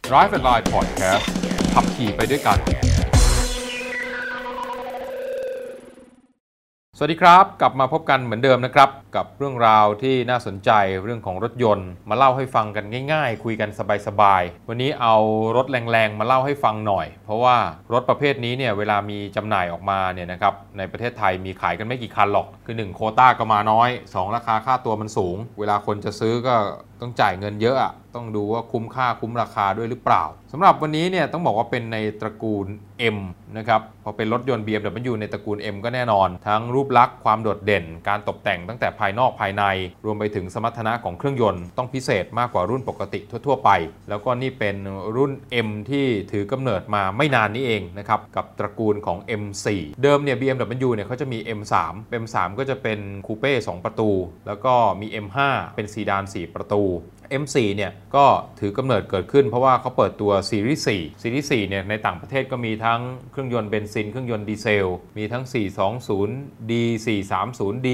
Drive and Line Podcast ขับขี่ไปด้วยกันสวัสดีครับกลับมาพบกันเหมือนเดิมนะครับกับเรื่องราวที่น่าสนใจเรื่องของรถยนต์มาเล่าให้ฟังกันง่ายๆคุยกันสบายๆวันนี้เอารถแรงๆมาเล่าให้ฟังหน่อยเพราะว่ารถประเภทนี้เนี่ยเวลามีจำหน่ายออกมาเนี่ยนะครับในประเทศไทยมีขายกันไม่กี่คันหรอกคือ1โควต้าก็มาน้อย2ราคาค่าตัวมันสูงเวลาคนจะซื้อก็ต้องจ่ายเงินเยอะต้องดูว่าคุ้มค่าคุ้มราคาด้วยหรือเปล่าสำหรับวันนี้เนี่ยต้องบอกว่าเป็นในตระกูล M นะครับพอเป็นรถยนต์ BMW ในตระกูล M ก็แน่นอนทั้งรูปลักษณ์ความโดดเด่นการตกแต่งตั้งแต่ภายนอกภายในรวมไปถึงสมรรถนะของเครื่องยนต์ต้องพิเศษมากกว่ารุ่นปกติทั่วๆไปแล้วก็นี่เป็นรุ่น M ที่ถือกำเนิดมาไม่นานนี้เองนะครับกับตระกูลของ M4 เดิมเนี่ย BMW เนี่ยเขาจะมี M3 ก็จะเป็นคูเป้2ประตูแล้วก็มี M5 เป็นซีดาน4ประตูM4 เนี่ยก็ถือกำเนิดเกิดขึ้นเพราะว่าเขาเปิดตัวซีรีส์4ซีรีส์4เนี่ยในต่างประเทศก็มีทั้งเครื่องยนต์เบนซินเครื่องยนต์ดีเซลมีทั้ง 420D 430D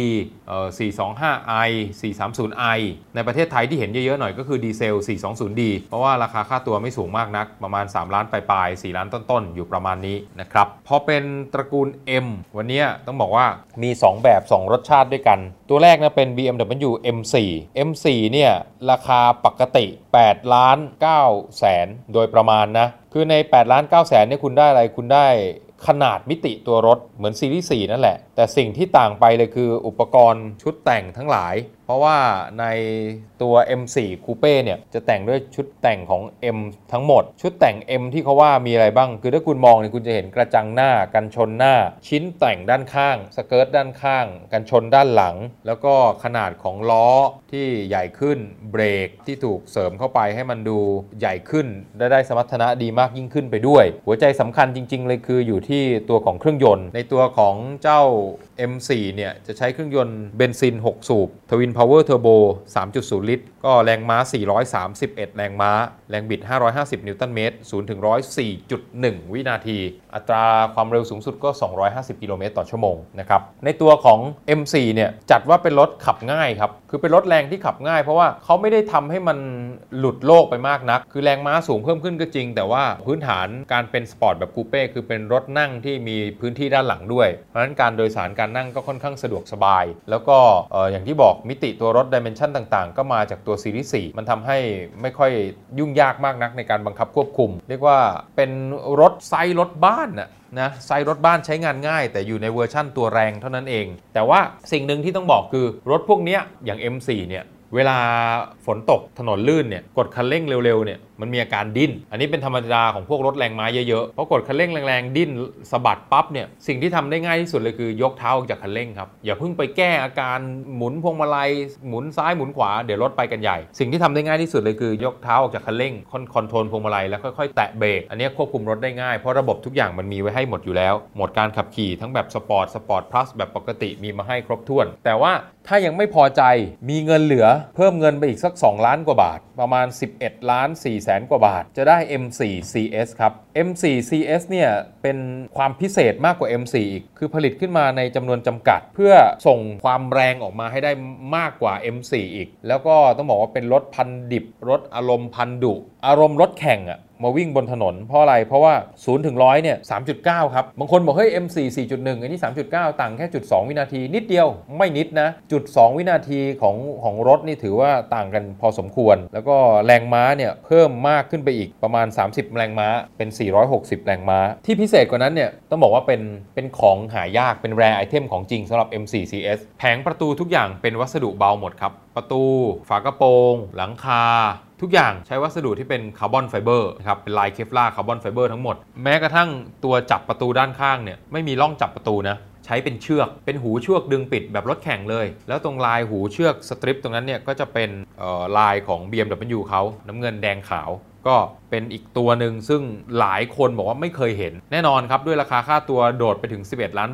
425i 430i ในประเทศไทยที่เห็นเยอะๆหน่อยก็คือดีเซล 420D เพราะว่าราคาค่าตัวไม่สูงมากนักประมาณ3ล้านปลายๆ4ล้านต้นๆอยู่ประมาณนี้นะครับพอเป็นตระกูล M วันนี้ต้องบอกว่ามี2แบบ2รสชาติด้วยกันตัวแรกนะเป็น BMW M4 M4 เนี่ยราคาปกติ8ล้าน9แสนโดยประมาณนะคือใน8ล้าน9แสนเนี่ยคุณได้อะไรคุณได้ขนาดมิติตัวรถเหมือนซีรีส์4นั่นแหละแต่สิ่งที่ต่างไปเลยคืออุปกรณ์ชุดแต่งทั้งหลายเพราะว่าในตัว M4 Coupe เนี่ยจะแต่งด้วยชุดแต่งของ M ทั้งหมดชุดแต่ง M ที่เขาว่ามีอะไรบ้างคือถ้าคุณมองเนี่ยคุณจะเห็นกระจังหน้ากันชนหน้าชิ้นแต่งด้านข้างสเกิร์ตด้านข้างกันชนด้านหลังแล้วก็ขนาดของล้อที่ใหญ่ขึ้นเบรกที่ถูกเสริมเข้าไปให้มันดูใหญ่ขึ้นได้สมรรถนะดีมากยิ่งขึ้นไปด้วยหัวใจสำคัญจริงๆเลยคืออยู่ที่ตัวของเครื่องยนต์ในตัวของเจ้าM4 เนี่ยจะใช้เครื่องยนต์เบนซิน6สูบ Twin Power Turbo 3.0 ลิตรก็แรงม้า431แรงม้าแรงบิด550นิวตันเมตร0ถึง100 4.1 วินาทีอัตราความเร็วสูงสุดก็250กิโลเมตรต่อชั่วโมงนะครับในตัวของ M4 เนี่ยจัดว่าเป็นรถขับง่ายครับคือเป็นรถแรงที่ขับง่ายเพราะว่าเขาไม่ได้ทำให้มันหลุดโลกไปมากนักคือแรงม้าสูงเพิ่มขึ้นก็จริงแต่ว่าพื้นฐานการเป็นสปอร์ตแบบคูเป้คือเป็นรถนั่งที่มีพื้นที่ด้านหลังด้วยเพราะฉะนั้นการโดยสารการนั่งก็ค่อนข้างสะดวกสบายแล้วก็อย่างที่บอกมิติตัวรถดิเมนชันต่างๆก็มาจากตัวซีรีส์4มันทำให้ไม่ค่อยยุ่งยากมากนักในการบังคับควบคุมเรียกว่าเป็นรถไซส์รถบ้านนะไซส์รถบ้านใช้งานง่ายแต่อยู่ในเวอร์ชั่นตัวแรงเท่านั้นเองแต่ว่าสิ่งหนึ่งที่ต้องบอกคือรถพวกนี้อย่าง M4 เนี่ยเวลาฝนตกถนนลื่นเนี่ยกดคันเร่งเร็วๆเนี่ยมันมีอาการดิ้นอันนี้เป็นธรรมดาของพวกรถแรงม้าเยอะๆเพราะกดคันเร่งแรงๆดิ้นสะบัดปั๊บเนี่ยสิ่งที่ทำได้ง่ายที่สุดเลยคือยกเท้าออกจากคันเร่งครับอย่าเพิ่งไปแก้อาการหมุนพวงมาลัยหมุนซ้ายหมุนขวาเดี๋ยวรถไปกันใหญ่สิ่งที่ทำได้ง่ายที่สุดเลยคือยกเท้าออกจากคันเร่งคอนโทรลพวงมาลัยแล้วค่อยๆแตะเบรกอันนี้ควบคุมรถได้ง่ายเพราะระบบทุกอย่างมันมีไว้ให้หมดอยู่แล้วโหมดการขับขี่ทั้งแบบสปอร์ตพลัสแบบปกติมีมาให้ครบถ้วนแต่ว่าถ้ายังไม่พอใจมีเงินเหลือเพิ่มเงินไปอีกสัก2ล้านกว่าบาทประมาณ11ล้าน4แสนกว่าบาทจะได้ M4 CS ครับ M4 CS เนี่ยเป็นความพิเศษมากกว่า M4 อีกคือผลิตขึ้นมาในจำนวนจำกัดเพื่อส่งความแรงออกมาให้ได้มากกว่า M4 อีกแล้วก็ต้องบอกว่าเป็นรถพันดิบรถอารมณ์พันดุอารมณ์รถแข่งมาวิ่งบนถนนเพราะอะไรเพราะว่า0ถึง100เนี่ย 3.9 ครับบางคนบอกเฮ้ย M4 4.1 อันนี้ 3.9 ต่างแค่ 0.2 วินาทีนิดเดียวไม่นิดนะ 0.2 วินาทีของรถนี่ถือว่าต่างกันพอสมควรแล้วก็แรงม้าเนี่ยเพิ่มมากขึ้นไปอีกประมาณ30แรงม้าเป็น460แรงม้าที่พิเศษกว่านั้นเนี่ยต้องบอกว่าเป็นของหายากเป็น rare item ของจริงสำหรับ M4 CS แผงประตูทุกอย่างเป็นวัสดุเบาหมดครับประตูฝากระโปรงหลังคาทุกอย่างใช้วัสดุที่เป็นคาร์บอนไฟเบอร์นะครับเป็นลายเคฟลาร์คาร์บอนไฟเบอร์ทั้งหมดแม้กระทั่งตัวจับประตูด้านข้างเนี่ยไม่มีร่องจับประตูนะใช้เป็นเชือกเป็นหูเชือกดึงปิดแบบรถแข่งเลยแล้วตรงลายหูเชือกสตริปตรงนั้นเนี่ยก็จะเป็นลายของ BMW เขาน้ำเงินแดงขาวก็เป็นอีกตัวหนึ่งซึ่งหลายคนบอกว่าไม่เคยเห็นแน่นอนครับด้วยราคาค่าตัวโดดไปถึง11ล้านบาท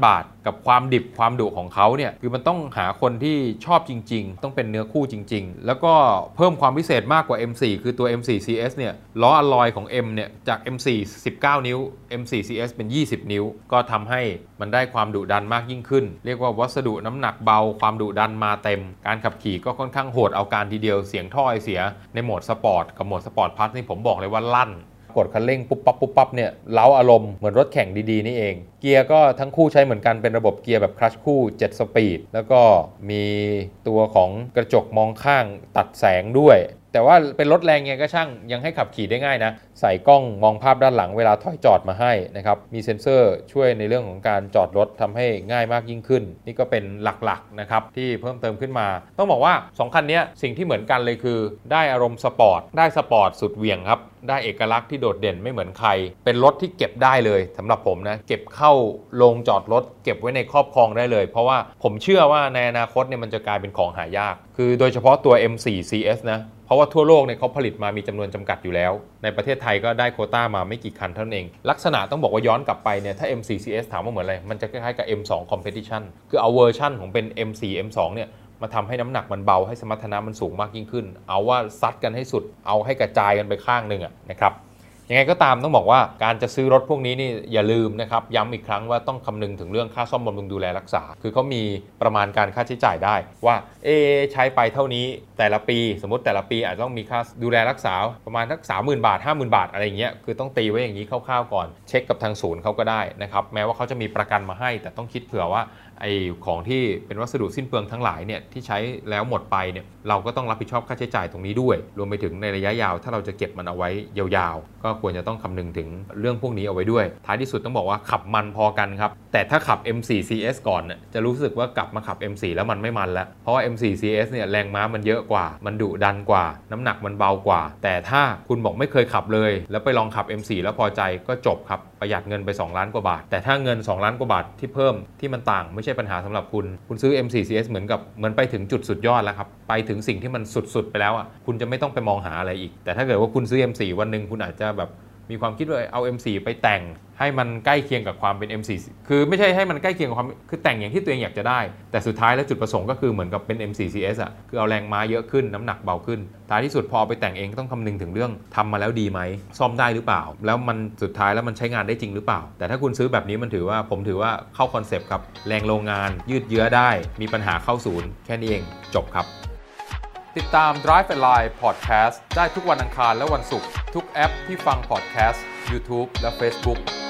กับความดิบความดุของเขาเนี่ยคือมันต้องหาคนที่ชอบจริงๆต้องเป็นเนื้อคู่จริงๆแล้วก็เพิ่มความพิเศษมากกว่า M4 คือตัว M4 CS เนี่ยล้ออะลอยของ M เนี่ยจาก M4 19 นิ้ว M4 CS เป็น20 นิ้วก็ทำให้มันได้ความดุดันมากยิ่งขึ้นเรียกว่าวัสดุน้ำหนักเบาความดุดันมาเต็มการขับขี่ก็ค่อนข้างโหดเอาการทีเดียวเสียงท่อไอเสียในโหมดสปอร์ตกับโหมดสปอร์ตพลัสนี่ผมบอกเลยว่าลั่นกดคันเร่งปุ๊บปั๊บเนี่ยเล้าอารมณ์เหมือนรถแข่งดีๆนี่เองเกียร์ก็ทั้งคู่ใช้เหมือนกันเป็นระบบเกียร์แบบคลัตช์คู่7สปีดแล้วก็มีตัวของกระจกมองข้างตัดแสงด้วยแต่ว่าเป็นรถแรงไงก็ช่างยังให้ขับขี่ได้ง่ายนะใส่กล้องมองภาพด้านหลังเวลาถอยจอดมาให้นะครับมีเซ็นเซอร์ช่วยในเรื่องของการจอดรถทำให้ง่ายมากยิ่งขึ้นนี่ก็เป็นหลักๆนะครับที่เพิ่มเติมขึ้นมาต้องบอกว่า2คันนี้สิ่งที่เหมือนกันเลยคือได้อารมณ์สปอร์ตได้สปอร์ตสุดเหวี่ยงครับได้เอกลักษณ์ที่โดดเด่นไม่เหมือนใครเป็นรถที่เก็บได้เลยสำหรับผมนะเก็บเข้าโรงจอดรถเก็บไว้ในครอบครองได้เลยเพราะว่าผมเชื่อว่าในอนาคตเนี่ยมันจะกลายเป็นของหายากคือโดยเฉพาะตัว M4 CS นะเพราะว่าทั่วโลกเนี่ยเขาผลิตมามีจำนวนจำกัดอยู่แล้วในประเทศไทยก็ได้โควต้ามาไม่กี่คันเท่านั้นเองลักษณะต้องบอกว่าย้อนกลับไปเนี่ยถ้า M4 CS ถามว่าเหมือนอะไรมันจะคล้ายๆกับ M2 Competition คือเอาเวอร์ชั่นของเป็น M4 M2 เนี่ยมาทำให้น้ำหนักมันเบาให้สมรรถนะมันสูงมากยิ่งขึ้นเอาว่าซัดกันให้สุดเอาให้กระจายกันไปข้างหนึ่งนะครับยังไงก็ตามต้องบอกว่าการจะซื้อรถพวกนี้นี่อย่าลืมนะครับย้ำอีกครั้งว่าต้องคำนึงถึงเรื่องค่าซ่อมบำรุงดูแลรักษาคือเขามีประมาณการค่าใช้จ่ายได้ว่าใช้ไปเท่านี้แต่ละปีสมมติแต่ละปีอาจจะต้องมีค่าดูแลรักษาประมาณสัก 30,000 บาท 50,000 บาทอะไรอย่างเงี้ยคือต้องตีไว้อย่างนี้คร่าวๆก่อนเช็คกับทางศูนย์เขาก็ได้นะครับแม้ว่าเขาจะมีประกันมาให้แต่ต้องคิดเผื่อว่าไอ้ของที่เป็นวัสดุสิ้นเปลืองทั้งหลายเนี่ยที่ใช้แล้วหมดไปเนี่ยเราก็ต้องรับผิดชอบค่าใช้จ่ายตรงนี้ด้วยรวมไปถึงในระยะยาวถ้าเราจะเก็บมันเอาไว้ยาวๆก็ควรจะต้องคำนึงถึงเรื่องพวกนี้เอาไว้ด้วยท้ายที่สุดต้องบอกว่าขับมันพอกันครับแต่ถ้าขับ M4 CS ก่อนเนี่ยจะรู้สึกว่ากลับมาขับ M4 แล้วมันไม่มันแล้วเพราะว่า M4 CS เนี่ยแรงม้ามันเยอะกว่ามันดุดันกว่าน้ำหนักมันเบากว่าแต่ถ้าคุณบอกไม่เคยขับเลยแล้วไปลองขับ M4 แล้วพอใจก็จบครับประหยัดเงินไป2 ล้านกว่าบาทแต่ถ้าเงิน2 ล้านกว่าบาทที่เพิ่มที่มันต่างไม่ใช่ปัญหาสำหรับคุณซื้อ M4 CS เหมือนไปถึงจุดสุดยอดแล้วครับไปถึงสิ่งที่มันสุดๆไปแล้วอ่ะคุณจะไม่ต้องไปมองหาอะไรอีกแต่ถ้าเกิดว่าคุณซื้อ M4 วันหนึ่งคุณอาจจะแบบมีความคิดว่าเอา M4 ไปแต่งให้มันใกล้เคียงกับความเป็น M4 คือไม่ใช่ให้มันใกล้เคียงกับความคือแต่งอย่างที่ตัวเองอยากจะได้แต่สุดท้ายแล้วจุดประสงค์ก็คือเหมือนกับเป็น M4 CS อ่ะคือเอาแรงม้าเยอะขึ้นน้ำหนักเบาขึ้นท้ายที่สุดพอไปแต่งเองต้องคำนึงถึงเรื่องทำมาแล้วดีไหมซ่อมได้หรือเปล่าแล้วมันสุดท้ายแล้วมันใช้งานได้จริงหรือเปล่าแต่ถ้าคุณซื้อแบบนี้มันถือว่าผมถือว่าเข้าคอนเซปต์ครับแรงโรงงานยืดเยื้อได้มีปัญหาเข้าศูนย์แค่นี้เองจบครับติดตาม Drive and Line Podcast ได้ทุกวันอังคารและวันศุกร์ทุกแอปที่ฟัง Podcast YouTube และ Facebook